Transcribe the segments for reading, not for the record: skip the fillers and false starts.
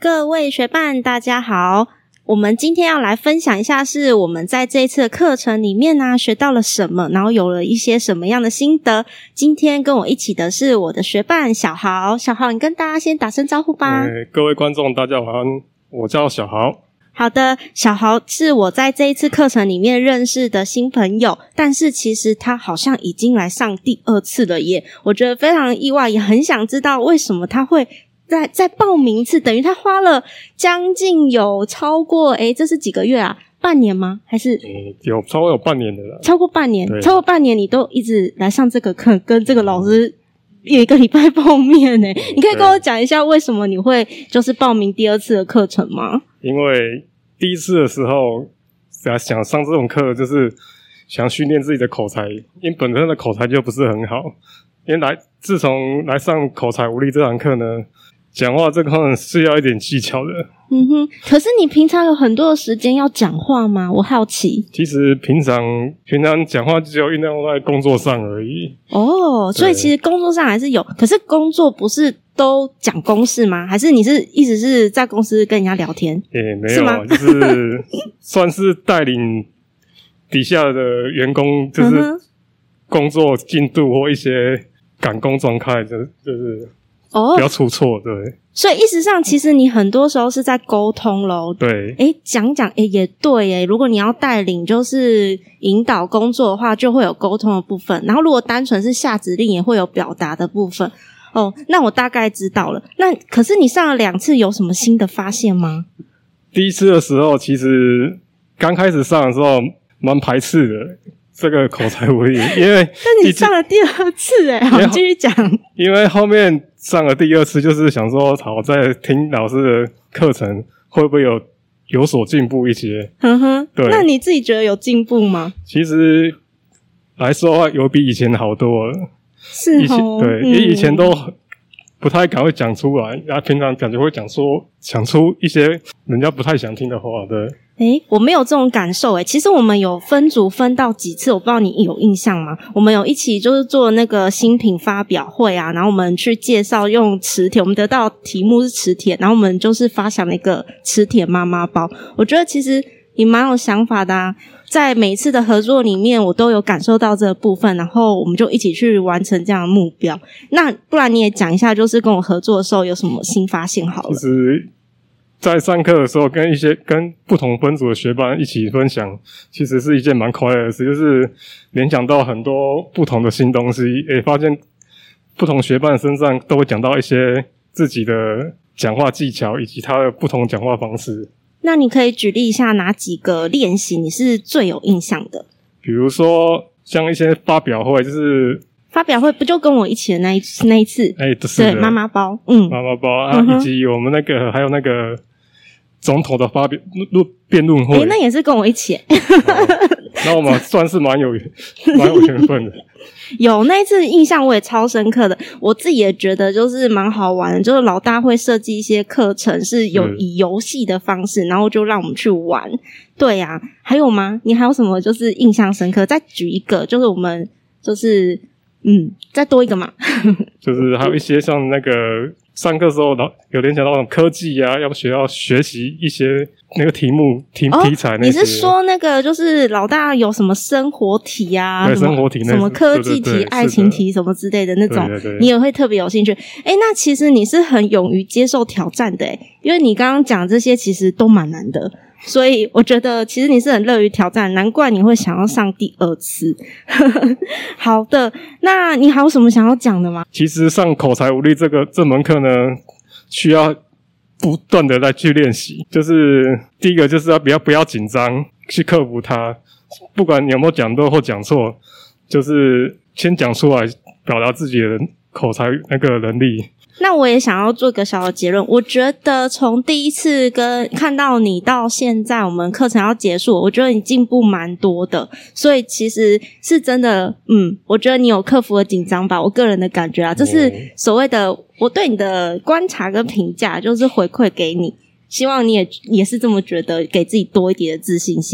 各位学伴大家好，我们今天要来分享一下是我们在这一次的课程里面学到了什么，然后有了一些什么样的心得。今天跟我一起的是我的学伴小豪，小豪你跟大家先打声招呼吧。 各位观众大家晚安，我叫小豪。 好的，小豪是我在这一次课程里面认识的新朋友，但是其实他好像已经来上第2次了耶，我觉得非常意外，也很想知道为什么他会再报名一次，等于他花了将近有超过这是几个月啊？半年吗？还是有超过有半年的了。 超过半年，超过半年你都一直来上这个课，跟这个老师有一个礼拜碰面耶。你可以跟我讲一下为什么你会就是报名第2次的课程吗？ 因为第1次的时候想上这种课，就是想训练自己的口才，因为本身的口才就不是很好。因为自从来上口才五力这堂课呢，讲话这个是要一点技巧的。 可是你平常有很多的时间要讲话吗？我好奇。 其实平常讲话只有运用在工作上而已。 所以其实工作上还是有，可是工作不是都讲公事吗？还是你一直是在公司跟人家聊天？ 没有，就是算是带领底下的员工，就是工作进度或一些赶工状态，就是不要出错，对。 所以意识上其实你很多时候是在沟通咯。 对。 讲也对耶，如果你要带领就是引导工作的话，就会有沟通的部分，然后如果单纯是下指令也会有表达的部分。那我大概知道了。那可是你上了2次有什么新的发现吗？ 第1次的时候其实刚开始上的时候蛮排斥的，这个口才五力，因为但你上了第2次好，继续讲。 因为后面上了第2次，就是想说好在听老师的课程会不会有所进步一些。对。 那你自己觉得有进步吗？ 其实来说的话有比以前好多了。 是对，因为以前都不太敢会讲出来，然后平常感觉会讲出一些人家不太想听的话。对。 我没有这种感受其实我们有分组分到几次，我不知道你有印象吗？我们有一起就是做那个新品发表会然后我们去介绍用磁铁，我们得到题目是磁铁，然后我们就是发想了一个磁铁妈妈包。我觉得其实你蛮有想法的在每一次的合作里面我都有感受到这个部分，然后我们就一起去完成这样的目标。那不然你也讲一下就是跟我合作的时候有什么新发现好了。 其实在上课的时候跟不同分组的学伴一起分享，其实是一件蛮快乐的事，就是联想到很多不同的新东西，也发现不同学伴身上都会讲到一些自己的讲话技巧以及他的不同讲话方式。 那你可以举例一下哪几个练习你是最有印象的？ 比如说像一些发表会，就是发表会不就跟我一起的那一次对， 妈妈包妈妈包以及我们还有那个总统的辩论会那也是跟我一起那我们算是蛮有缘分的。 有那一次印象我也超深刻的，我自己也觉得就是蛮好玩的，就是老大会设计一些课程是以游戏的方式，然后就让我们去玩。对还有吗？你还有什么就是印象深刻？再举一个，就是我们就是再多一个嘛就是还有一些像那个上课的时候有联想到那种科技要学习一些那个题材那些。 你是说那个就是老大有什么生活题对，生活题什么科技题、爱情题什么之类的那种， 对你也会特别有兴趣。那其实你是很勇于接受挑战的因为你刚刚讲这些其实都蛮难的，所以我觉得其实你是很乐于挑战，难怪你会想要上第2次好的，那你还有什么想要讲的吗？ 其实上口才五力这门课呢，需要不断的来去练习。就是第一个就是不要紧张，去克服它，不管你有没有讲对或讲错，就是先讲出来，表达自己的口才那个能力。 那我也想要做个小的结论，我觉得从第1次跟看到你到现在我们课程要结束，我觉得你进步蛮多的，所以其实是真的我觉得你有克服了紧张吧，我个人的感觉这是所谓的我对你的观察跟评价，就是回馈给你，希望你也是这么觉得，给自己多一点的自信心。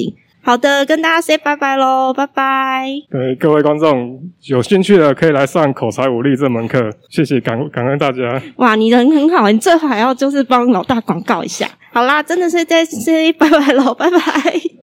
好的，跟大家 say 拜拜咯，拜拜。 对，各位观众有兴趣的可以来上口才五力这门课，谢谢，感恩大家。 哇，你人很好，你最后还要就是帮老大广告一下。好啦，真的是在 say 拜拜咯，拜拜。